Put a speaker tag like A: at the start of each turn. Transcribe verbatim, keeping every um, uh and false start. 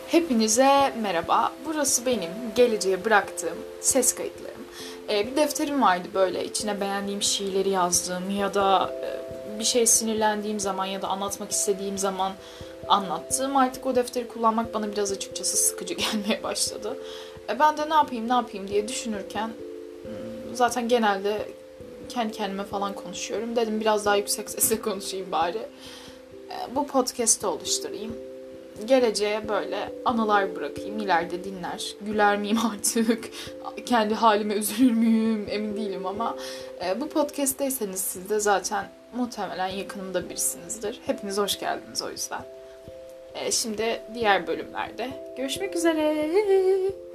A: Hepinize merhaba. Burası benim geleceğe bıraktığım ses kayıtlarım. Ee, bir defterim vardı böyle içine beğendiğim şiirleri yazdığım ya da e, bir şey sinirlendiğim zaman ya da anlatmak istediğim zaman anlattığım. Artık o defteri kullanmak bana biraz açıkçası sıkıcı gelmeye başladı. E, ben de ne yapayım ne yapayım diye düşünürken hmm, zaten genelde kendi kendime falan konuşuyorum. Dedim biraz daha yüksek sesle konuşayım bari. E, bu podcast'ı oluşturayım. Geleceğe böyle anılar bırakayım. İleride dinler. Güler miyim artık? Kendi halime üzülür müyüm? Emin değilim ama e, bu podcast'teyseniz siz de zaten muhtemelen yakınımda birisinizdir. Hepiniz hoş geldiniz o yüzden. E, şimdi diğer bölümlerde görüşmek üzere.